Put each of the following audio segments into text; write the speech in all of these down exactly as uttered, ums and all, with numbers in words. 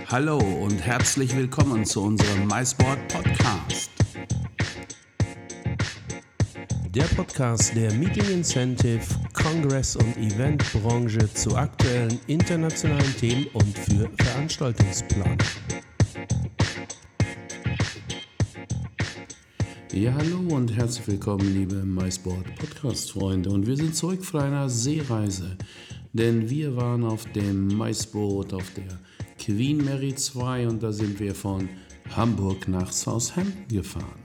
Hallo und herzlich willkommen zu unserem MySport Podcast. Der Podcast der Meeting Incentive, Kongress- und Eventbranche zu aktuellen internationalen Themen und für Veranstaltungsplaner. Ja, hallo und herzlich willkommen, liebe MySport Podcast-Freunde. Und wir sind zurück von einer Seereise, denn wir waren auf dem MySport auf der Queen Mary zwei und da sind wir von Hamburg nach Southampton gefahren.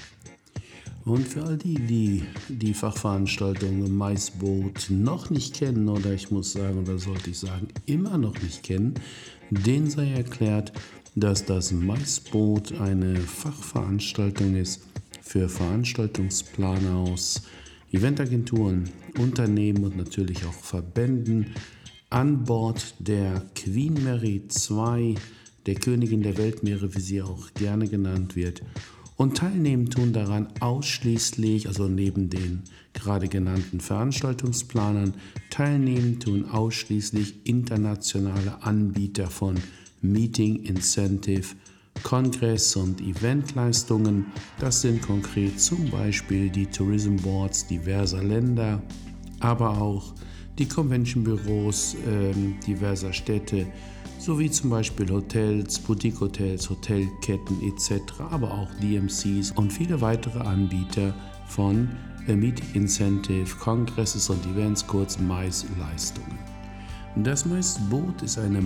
Und für all die, die die Fachveranstaltung MySport noch nicht kennen, oder ich muss sagen, oder sollte ich sagen, immer noch nicht kennen, denen sei erklärt, dass das MySport eine Fachveranstaltung ist für Veranstaltungsplaner aus Eventagenturen, Unternehmen und natürlich auch Verbänden an Bord der Queen Mary zwei, der Königin der Weltmeere, wie sie auch gerne genannt wird. Und teilnehmen tun daran ausschließlich, also neben den gerade genannten Veranstaltungsplanern, teilnehmen tun ausschließlich internationale Anbieter von Meeting Incentive, Kongress- und Eventleistungen. Das sind konkret zum Beispiel die Tourism Boards diverser Länder, aber auch die Convention-Büros äh, diverser Städte, sowie zum Beispiel Hotels, Boutique-Hotels, Hotelketten et cetera, aber auch D M Cs und viele weitere Anbieter von äh, Meeting Incentive, Kongresses und Events, kurz M I C E-Leistungen. Das MySport ist eine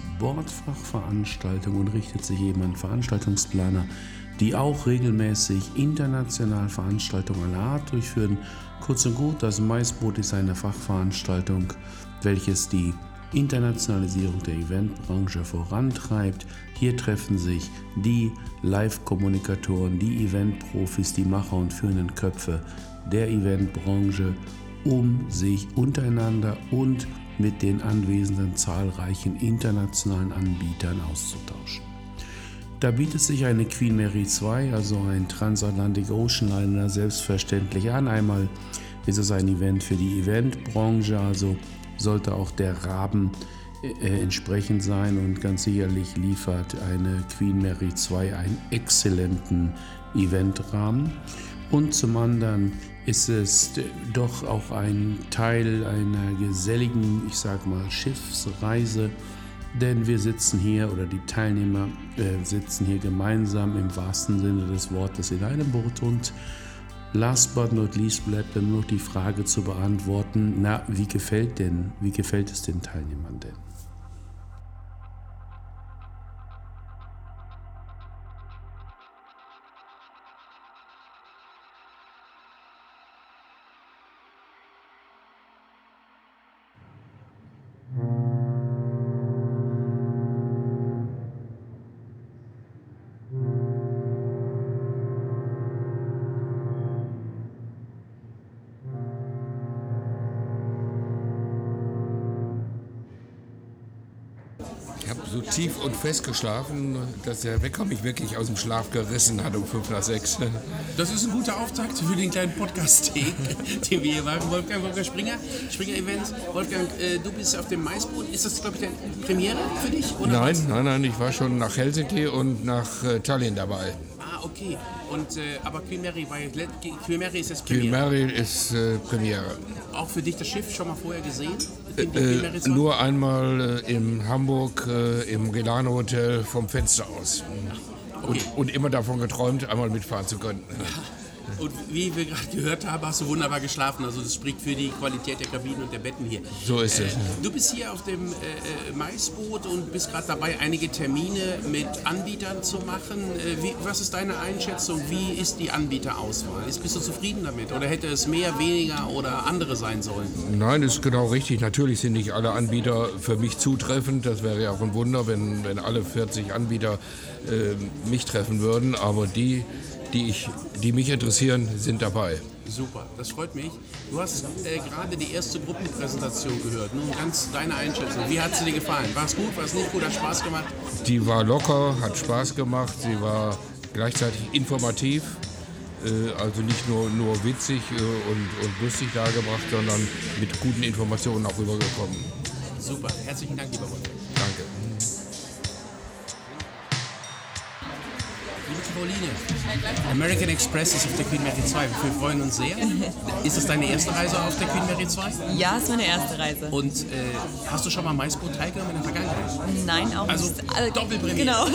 MySport-Fachveranstaltung und richtet sich eben an Veranstaltungsplaner, die auch regelmäßig international Veranstaltungen aller Art durchführen. Kurz und gut, das MySport ist eine Fachveranstaltung, welches die Internationalisierung der Eventbranche vorantreibt. Hier treffen sich die Live-Kommunikatoren, die Eventprofis, die Macher und führenden Köpfe der Eventbranche, um sich untereinander und mit den anwesenden zahlreichen internationalen Anbietern auszutauschen. Da bietet sich eine Queen Mary zwei, also ein Transatlantic Ocean Liner, selbstverständlich an. Einmal ist es ein Event für die Eventbranche, also sollte auch der Rahmen äh, entsprechend sein, und ganz sicherlich liefert eine Queen Mary zwei einen exzellenten Eventrahmen. Und zum anderen ist es doch auch ein Teil einer geselligen, ich sag mal, Schiffsreise, denn wir sitzen hier, oder die Teilnehmer äh, sitzen hier gemeinsam im wahrsten Sinne des Wortes in einem Boot. Und last but not least bleibt dann nur noch die Frage zu beantworten, na, wie gefällt denn, wie gefällt es den Teilnehmern denn? Ich habe so tief und fest geschlafen, dass der Wecker mich wirklich aus dem Schlaf gerissen hat um fünf nach sechs. Das ist ein guter Auftakt für den kleinen Podcast, den wir hier machen. Wolfgang, Wolfgang Springer, Springer Events. Wolfgang, äh, du bist auf dem MySport. Ist das, glaube ich, deine Premiere für dich? Oder Nein, was? nein, nein, ich war schon nach Helsinki und nach äh, Tallinn dabei. Ah, okay. Und, äh, aber Queen Mary, war jetzt, Queen Mary ist jetzt Queen Premiere. Mary ist äh, Premiere. Auch für dich das Schiff schon mal vorher gesehen? Die Äh, Queen Mary zwei? nur einmal äh, in Hamburg äh, im Relano Hotel vom Fenster aus. Okay. Und, und immer davon geträumt, einmal mitfahren zu können. Und wie wir gerade gehört haben, hast du wunderbar geschlafen. Also das spricht für die Qualität der Kabinen und der Betten hier. So ist es. Äh, du bist hier auf dem äh, MySport und bist gerade dabei, einige Termine mit Anbietern zu machen. Äh, wie, was ist deine Einschätzung? Wie ist die Anbieterauswahl? Ist, bist du zufrieden damit? Oder hätte es mehr, weniger oder andere sein sollen? Nein, das ist genau richtig. Natürlich sind nicht alle Anbieter für mich zutreffend. Das wäre ja auch ein Wunder, wenn, wenn alle vierzig Anbieter äh, mich treffen würden. Aber die, die, ich, die mich interessieren, sind dabei. Super, das freut mich. Du hast äh, gerade die erste Gruppenpräsentation gehört. Nun ganz deine Einschätzung. Wie hat sie dir gefallen? War es gut, war es nicht gut, hat Spaß gemacht? Die war locker, hat Spaß gemacht. Sie war gleichzeitig informativ. Also nicht nur, nur witzig und, und lustig dargebracht, sondern mit guten Informationen auch rübergekommen. Super, herzlichen Dank, lieber Wolfgang. Danke. Liebe Caroline, American Express ist auf der Queen Mary zwei. Wir freuen uns sehr. Ist es deine erste Reise auf der Queen Mary zwei? Ja, es ist meine erste Reise. Und äh, hast du schon mal MySport teilgenommen in der Vergangenheit? Nein, auch also, nicht. Also Doppelpremiere. Genau.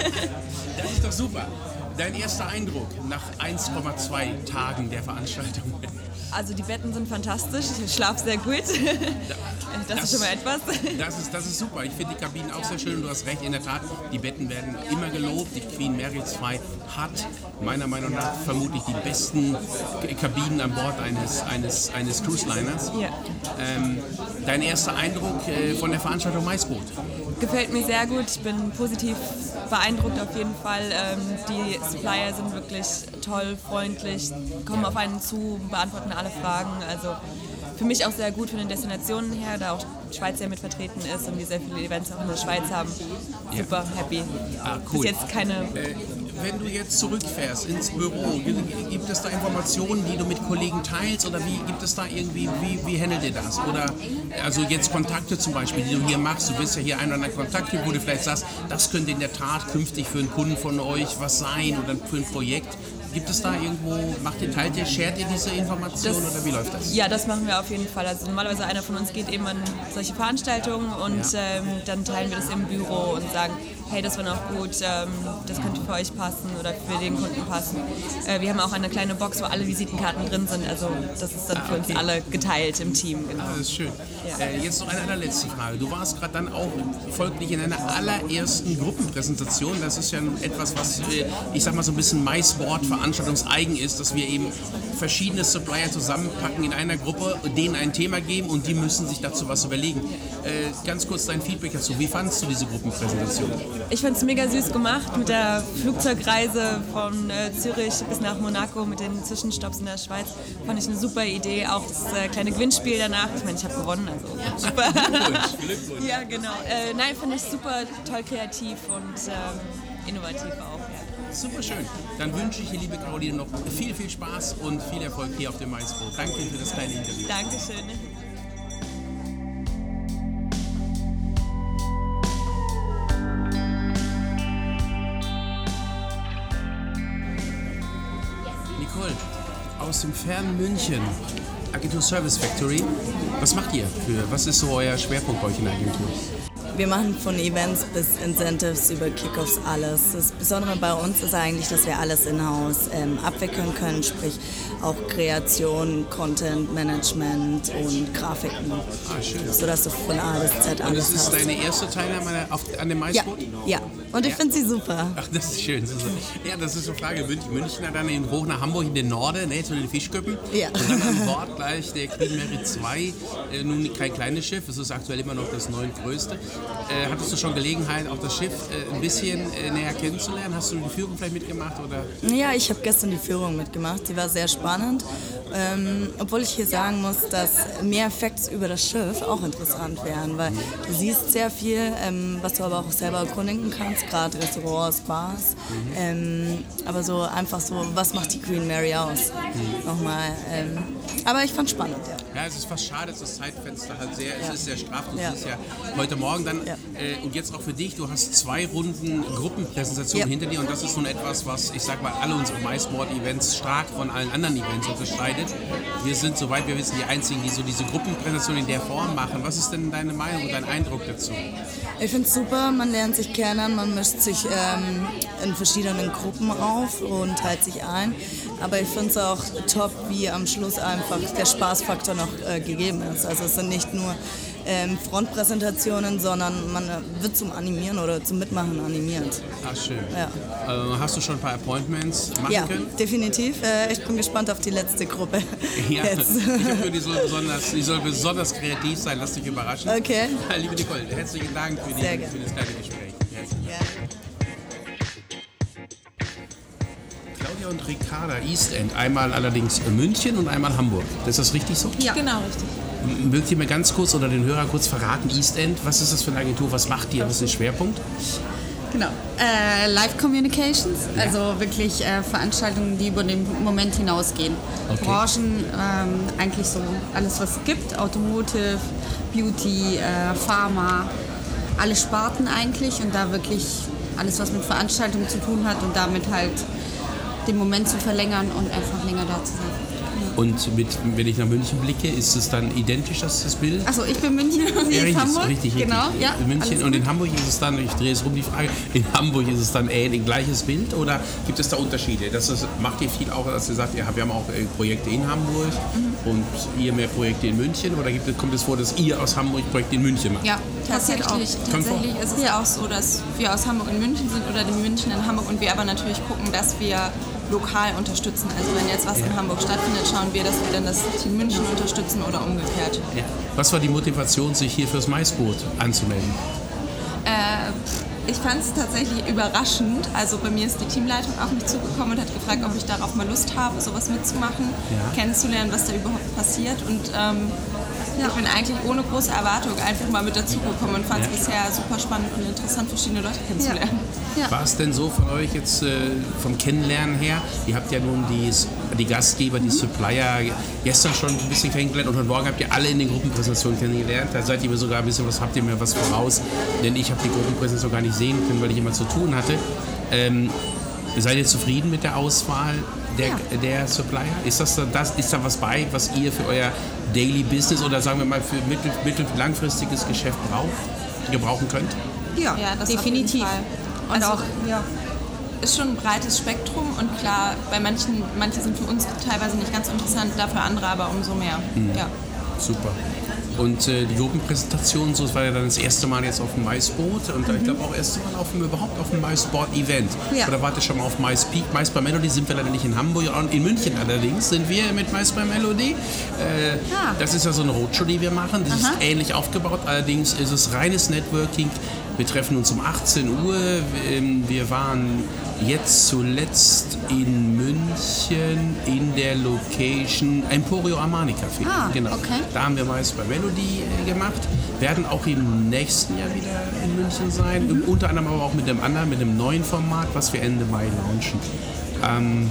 Das ist doch super. Dein erster Eindruck nach eins Komma zwei Tagen der Veranstaltung? Also die Betten sind fantastisch, ich schlafe sehr gut. Das, das ist schon mal etwas. Das ist, das ist super. Ich finde die Kabinen auch sehr schön. Du hast recht, in der Tat, die Betten werden immer gelobt. Die Queen Mary zwei hat meiner Meinung nach vermutlich die besten Kabinen an Bord eines, eines, eines Cruise-Liners. Ja. Ähm, dein erster Eindruck äh, von der Veranstaltung MySport? Gefällt mir sehr gut. Ich bin positiv beeindruckt auf jeden Fall. Ähm, die Supplier sind wirklich toll, freundlich, kommen auf einen zu, beantworten alle Fragen. Also für mich auch sehr gut von den Destinationen her, da auch die Schweiz ja mit vertreten ist und wir sehr viele Events auch in der Schweiz haben. Super ja. happy. Ah, cool. Bis jetzt keine... Äh, wenn du jetzt zurückfährst ins Büro, gibt es da Informationen, die du mit Kollegen teilst oder wie gibt es da irgendwie, wie, wie handelt ihr das? Oder also jetzt Kontakte zum Beispiel, die du hier machst, du bist ja hier ein oder anderen Kontakt, wo du vielleicht sagst, das könnte in der Tat künftig für einen Kunden von euch was sein oder für ein Projekt. Gibt es da irgendwo, macht ihr, teilt ihr, shared ihr diese Informationen das, oder wie läuft das? Ja, das machen wir auf jeden Fall. Also normalerweise einer von uns geht eben an solche Veranstaltungen und ja. ähm, dann teilen wir das im Büro und sagen, hey, das war noch gut, ähm, das könnte für euch passen oder für den Kunden passen. Äh, wir haben auch eine kleine Box, wo alle Visitenkarten drin sind, also das ist dann ah, für okay. uns alle geteilt im Team. Genau. Ah, das ist schön. Ja. Äh, jetzt noch eine allerletzte Frage. Du warst gerade dann auch folglich in einer allerersten Gruppenpräsentation. Das ist ja etwas, was, äh, ich sag mal, so ein bisschen MySport veranstaltungseigen ist, dass wir eben verschiedene Supplier zusammenpacken in einer Gruppe, denen ein Thema geben und die müssen sich dazu was überlegen. Äh, ganz kurz dein Feedback dazu. Wie fandest du diese Gruppenpräsentation? Ich fand es mega süß gemacht mit der Flugzeugreise von äh, Zürich bis nach Monaco mit den Zwischenstopps in der Schweiz. Fand ich eine super Idee. Auch das äh, kleine Gewinnspiel danach. Ich meine, ich habe gewonnen, also super. Glückwunsch, Glückwunsch. Ja, genau. Äh, nein, fand ich super toll kreativ und ähm, innovativ auch. Ja. Super schön. Dann wünsche ich dir, liebe Caroline, noch viel, viel Spaß und viel Erfolg hier auf dem MySport. Danke für das kleine Interview. Dankeschön. Nicole, aus dem fernen München, Agentur Service Factory. Was macht ihr? Für, was ist so euer Schwerpunkt bei euch in der Agentur? Wir machen von Events bis Incentives über Kickoffs alles. Das Besondere bei uns ist eigentlich, dass wir alles in-house ähm, abwickeln können, sprich auch Kreation, Content, Management und Grafiken. Ah, schön. Sodass du von A bis Z alles hast. Und das ist deine erste Teilnahme auf, an dem MySport? Ja, ja. Und ich ja. finde sie super. Ach, das ist schön. Ja, das ist so eine Frage. München, Münchner dann in, hoch nach Hamburg in den Norden, ne, zu den Fischköppen. Ja. Und dann an Bord gleich der Queen Mary zwei. Äh, nun kein kleines Schiff, es ist aktuell immer noch das neuntgrößte. Äh, hattest du schon Gelegenheit, auch das Schiff äh, ein bisschen äh, näher kennenzulernen? Hast du die Führung vielleicht mitgemacht? Oder? Ja, ich habe gestern die Führung mitgemacht. Die war sehr spannend. Ähm, obwohl ich hier sagen muss, dass mehr Facts über das Schiff auch interessant wären, weil du siehst sehr viel, ähm, was du aber auch selber erkundigen kannst, gerade Restaurants, Bars. Mhm. Ähm, aber so einfach so, was macht die Queen Mary aus? Mhm. Nochmal. Ähm, aber ich fand es spannend, ja. Ja, es ist fast schade, dass das Zeitfenster halt sehr, ja. es ist sehr straff. Du ja. siehst ja heute Morgen dann, ja. äh, und jetzt auch für dich, du hast zwei Runden Gruppenpräsentationen ja. hinter dir und das ist nun etwas, was, ich sag mal, alle unsere MySport-Events stark von allen anderen Events unterscheidet. Wir sind, soweit wir wissen, die Einzigen, die so diese Gruppenpräsentation in der Form machen. Was ist denn deine Meinung und dein Eindruck dazu? Ich finde es super, man lernt sich kennen, man mischt sich ähm, in verschiedenen Gruppen auf und teilt sich ein. Aber ich finde es auch top, wie am Schluss einfach der Spaßfaktor noch äh, gegeben ist. Also es sind nicht nur ähm, Frontpräsentationen, sondern man wird zum Animieren oder zum Mitmachen animiert. Ach, schön. Ja. Äh, hast du schon ein paar Appointments machen ja, können? Ja, definitiv. Äh, ich bin gespannt auf die letzte Gruppe. Ja, Jetzt. Ich hoffe, die soll, besonders, die soll besonders kreativ sein. Lass dich überraschen. Okay. Liebe Nicole, herzlichen Dank für, die, für das kleine Gespräch. Herzlichen Dank. Claudia und Ricarda, East End. Einmal allerdings München und einmal Hamburg. Ist das richtig so? Ja, genau richtig. Mögt ihr mir ganz kurz oder den Hörer kurz verraten, East End, was ist das für eine Agentur, was macht ihr, was ist der Schwerpunkt? Genau, äh, Live Communications, ja. Also wirklich äh, Veranstaltungen, die über den Moment hinausgehen. Okay. Branchen, ähm, eigentlich so alles, was es gibt, Automotive, Beauty, äh, Pharma, alle Sparten eigentlich und da wirklich alles, was mit Veranstaltungen zu tun hat und damit halt den Moment zu verlängern und einfach länger da zu sein. Und mit, wenn ich nach München blicke, ist es dann identisch, das, das Bild? Achso, ich bin München und sie ja, ist richtig, Hamburg. Richtig, richtig. Genau, ja. In München und in Hamburg ist es dann, ich drehe es rum die Frage, in Hamburg ist es dann ähnlich gleiches Bild oder gibt es da Unterschiede? Das ist, macht ihr viel auch, dass ihr sagt, ja, wir haben auch Projekte in Hamburg mhm. und ihr mehr Projekte in München oder gibt, kommt es vor, dass ihr aus Hamburg Projekte in München macht? Ja, tatsächlich, tatsächlich ist es ja auch so, dass wir aus Hamburg in München sind oder die München in Hamburg und wir aber natürlich gucken, dass wir lokal unterstützen. Also wenn jetzt was ja. in Hamburg stattfindet, schauen wir, dass wir dann das Team München unterstützen oder umgekehrt. Ja. Was war die Motivation, sich hier fürs Maisboot anzumelden? Äh, ich fand es tatsächlich überraschend. Also bei mir ist die Teamleitung auf mich zugekommen und hat gefragt, ob ich darauf mal Lust habe, sowas mitzumachen, ja. kennenzulernen, was da überhaupt passiert. Und ähm, ja. ich bin eigentlich ohne große Erwartung einfach mal mit dazugekommen und fand es ja. bisher super spannend und interessant, verschiedene Leute kennenzulernen. Ja. Ja. War es denn so von euch jetzt äh, vom Kennenlernen her? Ihr habt ja nun die, die Gastgeber, die mhm. Supplier gestern schon ein bisschen kennengelernt und heute Morgen habt ihr alle in den Gruppenpräsentationen kennengelernt. Da seid ihr mir sogar ein bisschen was, habt ihr mir was voraus, denn ich habe die Gruppenpräsentation gar nicht sehen können, weil ich immer zu tun hatte. Ähm, seid ihr zufrieden mit der Auswahl der, ja. der Supplier? Ist das, das, ist da was bei, was ihr für euer Daily Business oder sagen wir mal für mittel-, mittel langfristiges Geschäft braucht, gebrauchen könnt? Ja, ja das definitiv. Und also, auch, ja. ist schon ein breites Spektrum und klar, bei manchen, manche sind für uns teilweise nicht ganz interessant, dafür andere aber umso mehr. Mhm. Ja. Super. Und äh, die Gruppenpräsentation, so, das war ja dann das erste Mal jetzt auf dem Maisboot und mhm. ich glaube auch das erste Mal auf dem, überhaupt auf dem Maisboard-Event. Ja. Oder wart ihr schon mal auf Mais Peak? Mais by Melody sind wir leider nicht in Hamburg, in München allerdings sind wir mit Mais by Melody. Äh, ah. Das ist ja so eine Roadshow, die wir machen. Das Aha. ist ähnlich aufgebaut, allerdings ist es reines Networking. Wir treffen uns um achtzehn Uhr. Wir waren jetzt zuletzt in München in der Location Emporio Armani Café. Ah, genau. Okay. Da haben wir Mais by Melody gemacht. Werden auch im nächsten Jahr wieder in München sein. Mhm. Unter anderem aber auch mit einem anderen, mit einem neuen Format, was wir Ende Mai launchen. Ähm,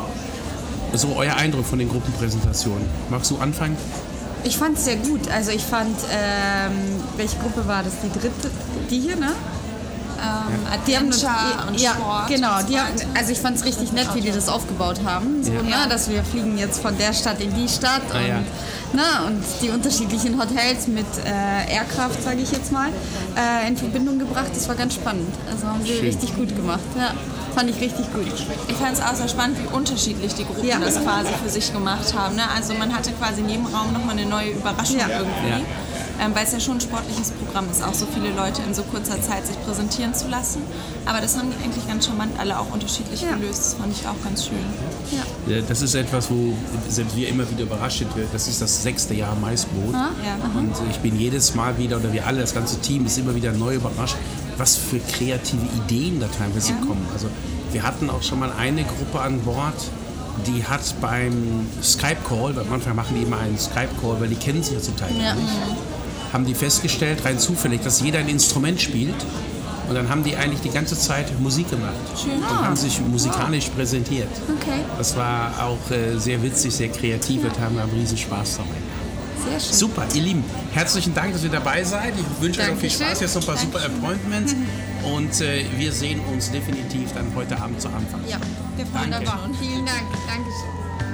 so euer Eindruck von den Gruppenpräsentationen. Magst du anfangen? Ich fand es sehr gut. Also ich fand, ähm, welche Gruppe war das? Die dritte? Die hier, ne? Ähm, die haben uns, und ja, Sport genau. und Die haben, also ich fand es richtig nett, wie die das aufgebaut haben. So, ja. ne? Dass wir fliegen jetzt von der Stadt in die Stadt ah, und, ja. ne? und die unterschiedlichen Hotels mit äh, Aircraft, sage ich jetzt mal, äh, in Verbindung gebracht. Das war ganz spannend. Also haben sie Schön. richtig gut gemacht. Ja. Fand ich richtig gut. Ich fand es auch sehr spannend, wie unterschiedlich die Gruppen ja. das quasi für sich gemacht haben. Ne? Also man hatte quasi in jedem Raum nochmal eine neue Überraschung ja. irgendwie. Ja. Ähm, weil es ja schon ein sportliches Programm ist, auch so viele Leute in so kurzer Zeit sich präsentieren zu lassen. Aber das haben die eigentlich ganz charmant alle auch unterschiedlich ja. gelöst. Das fand ich auch ganz schön. Ja. Ja, das ist etwas, wo selbst wir immer wieder überrascht sind. Das ist das sechste Jahr Maisboot. Ja. Und ich bin jedes Mal wieder, oder wir alle, das ganze Team ist immer wieder neu überrascht, was für kreative Ideen da teilweise ja. kommen. Also wir hatten auch schon mal eine Gruppe an Bord, die hat beim Skype-Call, weil manchmal machen die immer einen Skype-Call, weil die kennen sich ja zum Teil ja. gar nicht, haben die festgestellt, rein zufällig, dass jeder ein Instrument spielt und dann haben die eigentlich die ganze Zeit Musik gemacht Schön. und Ah. haben sich musikalisch wow. präsentiert. Okay. Das war auch äh, sehr witzig, sehr kreativ und haben einen riesen Spaß dabei. Sehr schön. Super, ihr Lieben, herzlichen Dank, dass ihr dabei seid. Ich wünsche euch noch viel Spaß, jetzt noch ein paar super Appointments und äh, wir sehen uns definitiv dann heute Abend zu Anfang. Ja, wir freuen uns. Vielen Dank. Dankeschön.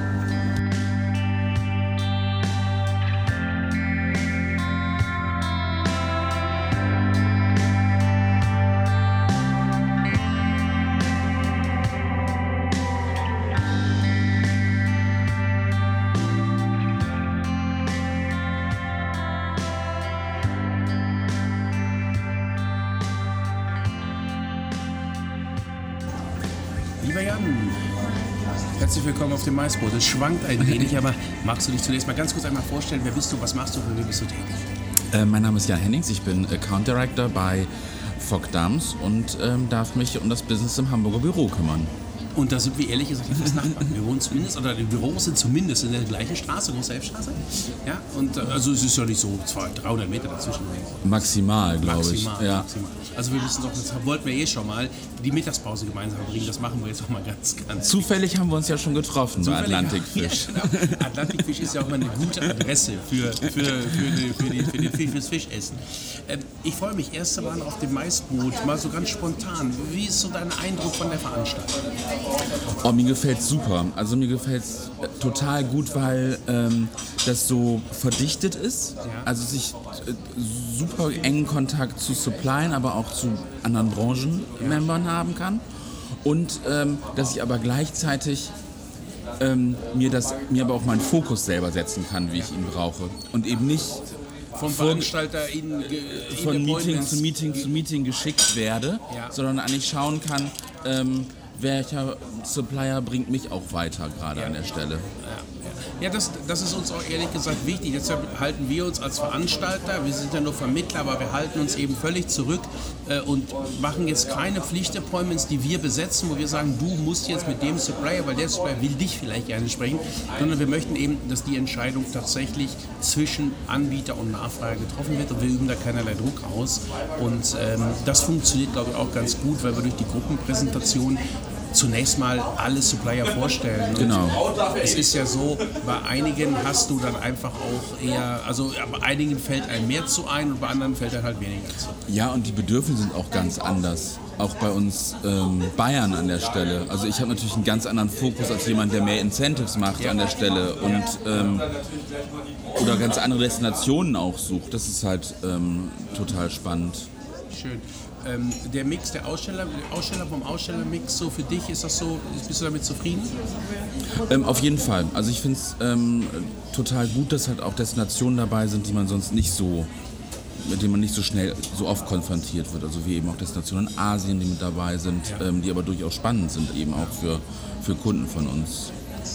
Lieber Jan, herzlich willkommen auf dem Maisboot. Es schwankt ein wenig, aber magst du dich zunächst mal ganz kurz einmal vorstellen, wer bist du, was machst du, für wen bist du tätig? Äh, mein Name ist Jan Hennings, ich bin Account Director bei Fogg Dams und ähm, darf mich um das Business im Hamburger Büro kümmern. Und da sind wir ehrlich gesagt fast Nachbarn. Wir wohnen zumindest, oder die Büros sind zumindest in der gleichen Straße, Große Elbstraße. Ja, und also es ist ja nicht so zweihundert, dreihundert Meter dazwischen. Maximal, glaube ich. Maximal, ja. maximal. Also wir müssen doch, das wollten wir eh schon mal, die Mittagspause gemeinsam bringen. Das machen wir jetzt auch mal ganz, ganz. Zufällig haben wir uns ja schon getroffen bei Atlantikfisch. Ja, genau. Atlantikfisch ist ja auch immer eine gute Adresse für, für, für, die, für, die, für den Fisch, fürs Fischessen. Ähm, ich freue mich erst einmal auf dem Maisboot, mal so ganz spontan. Wie ist so dein Eindruck von der Veranstaltung? Oh, mir gefällt's super. Also mir gefällt's total gut, weil ähm, das so verdichtet ist. Ja. Also sich äh, super engen Kontakt zu Supplien, aber auch zu anderen Branchenmembern ja. haben kann. Und ähm, dass ich aber gleichzeitig ähm, mir, das, mir aber auch meinen Fokus selber setzen kann, wie ich ihn brauche. Und eben nicht vom Veranstalter in, in von Meeting zu Meeting zu Meeting geschickt werde, ja. sondern eigentlich schauen kann, ähm, welcher Supplier bringt mich auch weiter gerade ja. an der Stelle. Ja, ja das, das ist uns auch ehrlich gesagt wichtig. Deshalb halten wir uns als Veranstalter, wir sind ja nur Vermittler, aber wir halten uns eben völlig zurück äh, und machen jetzt keine Pflichtappointments, die wir besetzen, wo wir sagen, du musst jetzt mit dem Supplier, weil der Supplier will dich vielleicht gerne sprechen, sondern wir möchten eben, dass die Entscheidung tatsächlich zwischen Anbieter und Nachfrage getroffen wird und wir üben da keinerlei Druck aus. Und ähm, das funktioniert, glaube ich, auch ganz gut, weil wir durch die Gruppenpräsentation zunächst mal alle Supplier vorstellen. Genau. Und es ist ja so, bei einigen hast du dann einfach auch eher, also bei einigen fällt einem mehr zu ein und bei anderen fällt dann halt weniger zu. Ja, und die Bedürfnisse sind auch ganz anders. Auch bei uns ähm, Bayern an der Stelle. Also ich habe natürlich einen ganz anderen Fokus als jemand, der mehr Incentives macht ja. an der Stelle und ähm, oder ganz andere Destinationen auch sucht. Das ist halt ähm, total spannend. Schön. Ähm, der Mix, der Aussteller, der Aussteller vom Ausstellermix, so für dich, ist das so, bist du damit zufrieden? Ähm, auf jeden Fall. Also ich finde es ähm, total gut, dass halt auch Destinationen dabei sind, die man sonst nicht so, mit denen man nicht so schnell, so oft konfrontiert wird. Also wie eben auch Destinationen in Asien, die mit dabei sind, ja. ähm, die aber durchaus spannend sind, eben auch für, für Kunden von uns.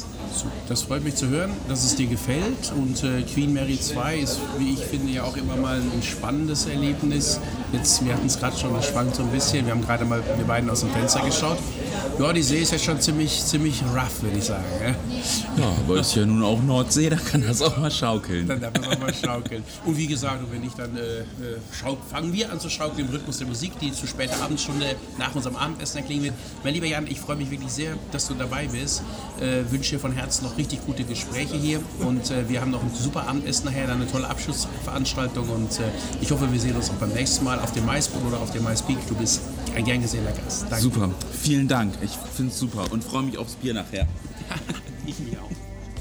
Das freut mich zu hören, dass es dir gefällt und äh, Queen Mary zwei ist, wie ich finde, ja auch immer mal ein spannendes Erlebnis. Jetzt, wir hatten es gerade schon, das schwankt so ein bisschen, wir haben gerade mal wir beiden aus dem Fenster geschaut. Ja, die See ist ja schon ziemlich, ziemlich rough, würde ich sagen. Ja, ja aber ist ja nun auch Nordsee, da kann das auch mal schaukeln. Dann darf man auch mal schaukeln. Und wie gesagt, wenn ich dann äh, schau, fangen wir an zu schaukeln im Rhythmus der Musik, die zu später Abendstunde nach unserem Abendessen erklingen wird. Mein lieber Jan, ich freue mich wirklich sehr, dass du dabei bist. Äh, wünsche dir von Herzen noch richtig gute Gespräche hier und äh, wir haben noch ein super Abendessen nachher, dann eine tolle Abschlussveranstaltung und äh, ich hoffe, wir sehen uns auch beim nächsten Mal auf dem Maisboot oder auf dem Maispeak. Du bist ein gern gesehener Gast. Danke. Super, vielen Dank. Ich finde es super und freue mich aufs Bier nachher. Ich mich auch.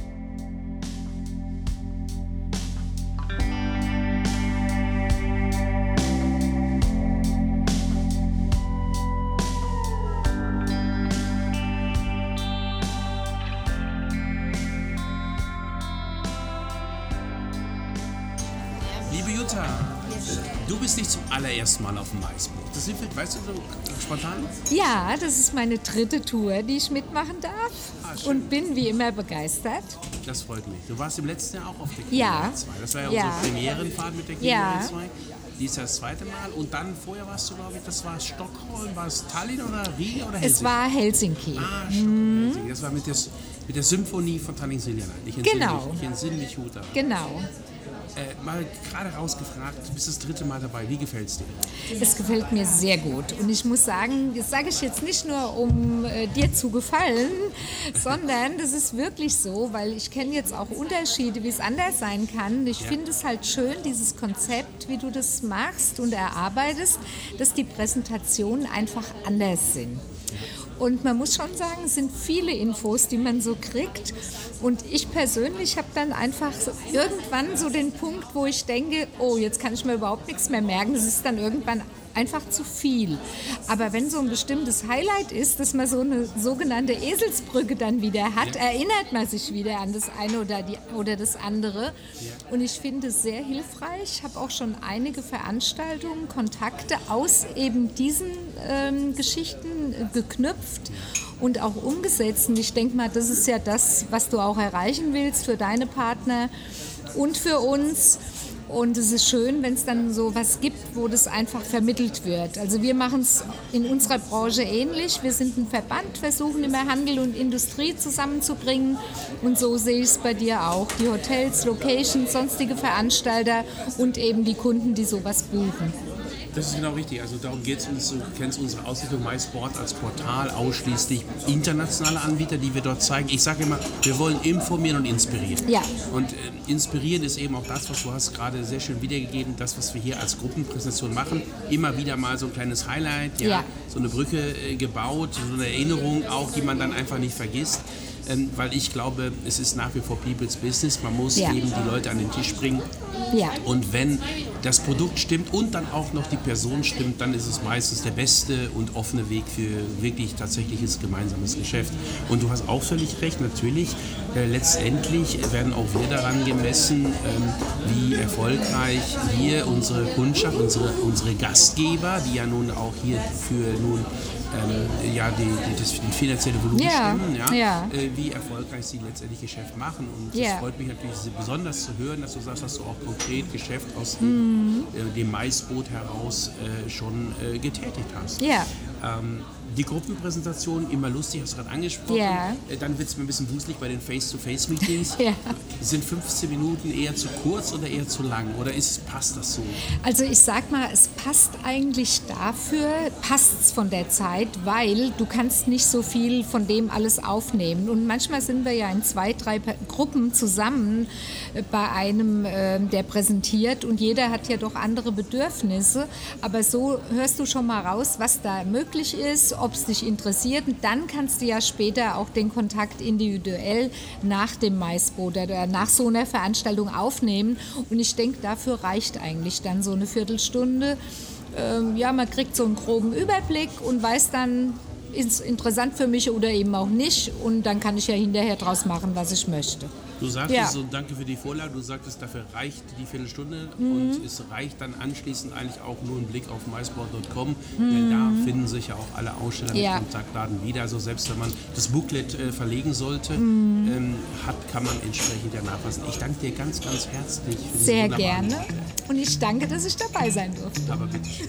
Du bist nicht zum allerersten Mal auf dem Maisboot. Das ist, weißt du, so spontan? Ja, das ist meine dritte Tour, die ich mitmachen darf ah, und bin wie immer begeistert. Das freut mich. Du warst im letzten Jahr auch auf der Queen ja. Mary zwei. Das war ja, ja. unsere Premierenfahrt mit der Queen ja. Mary zwei. Die ist ja das zweite Mal. Und dann vorher warst du, glaube ich, das war Stockholm, war es Tallinn oder Riga oder Helsinki? Es war Helsinki. Ah, Stockholm, mhm. Helsinki. Das war mit der, mit der Symphonie von Tallinn Silja. Ich entsinne genau. mich, ich entsinne mich gut daran. Genau. Äh, mal gerade rausgefragt, du bist das dritte Mal dabei, wie gefällt es dir? Es gefällt mir sehr gut und ich muss sagen, das sage ich jetzt nicht nur, um äh, dir zu gefallen, sondern das ist wirklich so, weil ich kenne jetzt auch Unterschiede, wie es anders sein kann. Ich ja. finde es halt schön, dieses Konzept, wie du das machst und erarbeitest, dass die Präsentationen einfach anders sind. Und man muss schon sagen, es sind viele Infos, die man so kriegt. Und ich persönlich habe dann einfach so irgendwann so den Punkt, wo ich denke, oh, jetzt kann ich mir überhaupt nichts mehr merken. Das ist dann irgendwann einfach zu viel. Aber wenn so ein bestimmtes Highlight ist, dass man so eine sogenannte Eselsbrücke dann wieder hat, ja. erinnert man sich wieder an das eine oder, die, oder das andere. Ja. Und ich finde es sehr hilfreich. Ich habe auch schon einige Veranstaltungen, Kontakte aus eben diesen ähm, Geschichten äh, geknüpft und auch umgesetzt. Und ich denke mal, das ist ja das, was du auch erreichen willst für deine Partner und für uns. Und es ist schön, wenn es dann so was gibt, wo das einfach vermittelt wird. Also wir machen es in unserer Branche ähnlich. Wir sind ein Verband, versuchen immer Handel und Industrie zusammenzubringen. Und so sehe ich es bei dir auch. Die Hotels, Locations, sonstige Veranstalter und eben die Kunden, die sowas buchen. Das ist genau richtig. Also darum geht es uns. Du kennst unsere Ausrichtung MySport als Portal, ausschließlich internationale Anbieter, die wir dort zeigen. Ich sage immer, wir wollen informieren und inspirieren. Ja. Und äh, inspirieren ist eben auch das, was du hast gerade sehr schön wiedergegeben, das, was wir hier als Gruppenpräsentation machen. Immer wieder mal so ein kleines Highlight, ja, Ja. so eine Brücke äh, gebaut, so eine Erinnerung auch, die man dann einfach nicht vergisst. Ähm, weil ich glaube, es ist nach wie vor People's Business. Man muss Ja. eben die Leute an den Tisch bringen. Ja. Und wenn das Produkt stimmt und dann auch noch die Person stimmt, dann ist es meistens der beste und offene Weg für wirklich tatsächliches gemeinsames Geschäft. Und du hast auch völlig recht, natürlich, äh, letztendlich werden auch wir daran gemessen, ähm, wie erfolgreich hier unsere Kundschaft, unsere, unsere Gastgeber, die ja nun auch hier für nun ähm, ja, die, die, das die finanzielle Volumen Ja, stimmen, ja, ja. Äh, wie erfolgreich sie letztendlich Geschäft machen. Und es Ja. freut mich natürlich besonders zu hören, dass du sagst, dass du auch konkret Geschäft aus dem, äh, dem MySport heraus äh, schon äh, getätigt hast. Ja. Ähm, die Gruppenpräsentation, immer lustig, hast du gerade angesprochen. Ja. Äh, dann wird es mir ein bisschen wuselig bei den Face-to-Face-Meetings. Ja. Sind fünfzehn Minuten eher zu kurz oder eher zu lang? Oder ist, passt das so? Also ich sag mal, es passt eigentlich dafür, passt es von der Zeit, weil du kannst nicht so viel von dem alles aufnehmen. Und manchmal sind wir ja in zwei, drei Pa- Gruppen zusammen äh, bei einem, äh, der präsentiert und jeder hat ja doch andere Bedürfnisse. Aber so hörst du schon mal raus, was da möglich ist, ob es dich interessiert. Und dann kannst du ja später auch den Kontakt individuell nach dem MySport oder nach so einer Veranstaltung aufnehmen. Und ich denke, dafür reicht eigentlich dann so eine Viertelstunde. Ähm, ja, man kriegt so einen groben Überblick und weiß dann, ist interessant für mich oder eben auch nicht. Und dann kann ich ja hinterher draus machen, was ich möchte. Du sagtest, Ja. so, danke für die Vorlage, du sagtest, dafür reicht die Viertelstunde und es reicht dann anschließend eigentlich auch nur ein Blick auf mysport punkt com, denn da finden sich ja auch alle Aussteller Ja. mit Kontaktdaten wieder. Also selbst wenn man das Booklet äh, verlegen sollte, ähm, hat, kann man entsprechend ja nachfassen. Ich danke dir ganz, ganz herzlich für diese Sehr wunderbaren gerne. Und ich danke, dass ich dabei sein durfte. Aber bitte schön.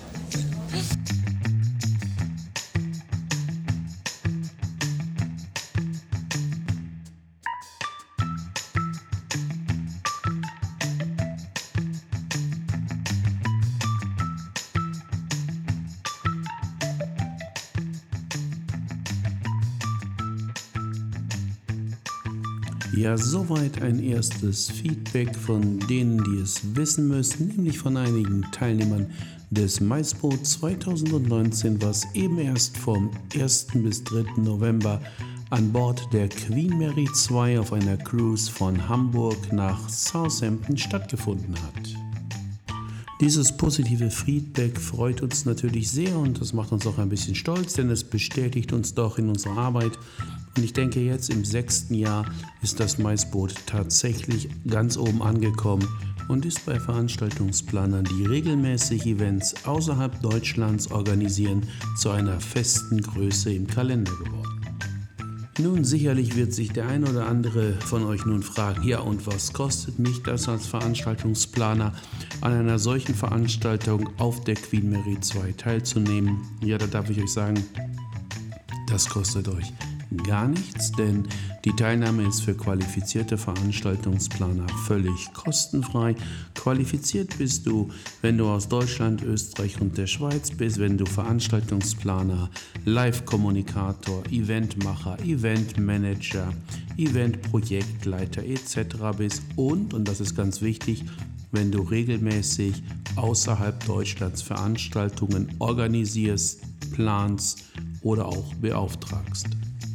Ja, soweit ein erstes Feedback von denen, die es wissen müssen, nämlich von einigen Teilnehmern des MySport zwanzig neunzehn, was eben erst vom ersten bis dritten November an Bord der Queen Mary zwei auf einer Cruise von Hamburg nach Southampton stattgefunden hat. Dieses positive Feedback freut uns natürlich sehr und das macht uns auch ein bisschen stolz, denn es bestätigt uns doch in unserer Arbeit. Und ich denke, jetzt im sechsten Jahr ist das MySport tatsächlich ganz oben angekommen und ist bei Veranstaltungsplanern, die regelmäßig Events außerhalb Deutschlands organisieren, zu einer festen Größe im Kalender geworden. Nun, sicherlich wird sich der ein oder andere von euch nun fragen, ja, und was kostet mich das als Veranstaltungsplaner, an einer solchen Veranstaltung auf der Queen Mary zwei teilzunehmen? Ja, da darf ich euch sagen, das kostet euch gar nichts, denn die Teilnahme ist für qualifizierte Veranstaltungsplaner völlig kostenfrei. Qualifiziert bist du, wenn du aus Deutschland, Österreich und der Schweiz bist, wenn du Veranstaltungsplaner, Live-Kommunikator, Eventmacher, Eventmanager, Eventprojektleiter et cetera bist und, und das ist ganz wichtig, wenn du regelmäßig außerhalb Deutschlands Veranstaltungen organisierst, planst oder auch beauftragst.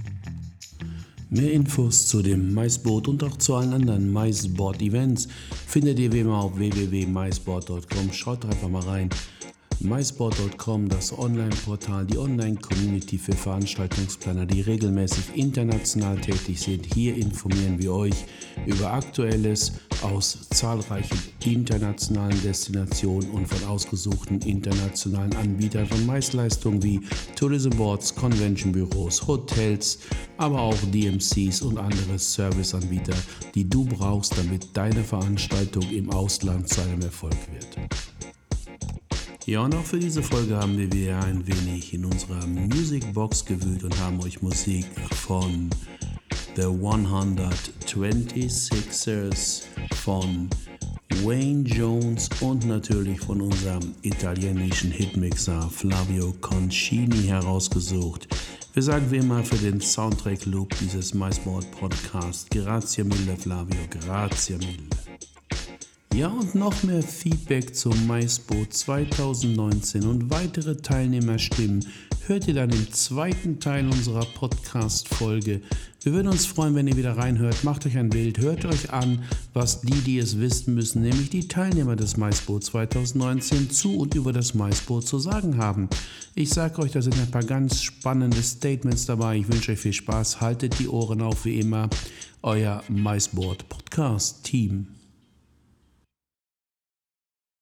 Mehr Infos zu dem MySport und auch zu allen anderen MySport-Events findet ihr wie immer auf w w w punkt mysport punkt com. Schaut doch einfach mal rein. mysport punkt com, das Online-Portal, die Online-Community für Veranstaltungsplaner, die regelmäßig international tätig sind. Hier informieren wir euch über Aktuelles aus zahlreichen internationalen Destinationen und von ausgesuchten internationalen Anbietern von Meistleistungen wie Tourism Boards, Convention Büros, Hotels, aber auch D M Cs und andere Serviceanbieter, die du brauchst, damit deine Veranstaltung im Ausland zu einem Erfolg wird. Ja, und auch für diese Folge haben wir wieder ein wenig in unserer Musicbox gewühlt und haben euch Musik von The hundertzweiundzwanzigers, von Wayne Jones und natürlich von unserem italienischen Hitmixer Flavio Concini herausgesucht. Wir sagen wie immer für den Soundtrack-Loop dieses MySport-Podcast grazie mille Flavio, grazie mille. Ja, und noch mehr Feedback zum MySport zwanzig neunzehn und weitere Teilnehmerstimmen hört ihr dann im zweiten Teil unserer Podcast-Folge. Wir würden uns freuen, wenn ihr wieder reinhört. Macht euch ein Bild, hört euch an, was die, die es wissen müssen, nämlich die Teilnehmer des MySport zwanzig neunzehn zu und über das MySport zu sagen haben. Ich sage euch, da sind ein paar ganz spannende Statements dabei. Ich wünsche euch viel Spaß. Haltet die Ohren auf wie immer. Euer MySport Podcast-Team.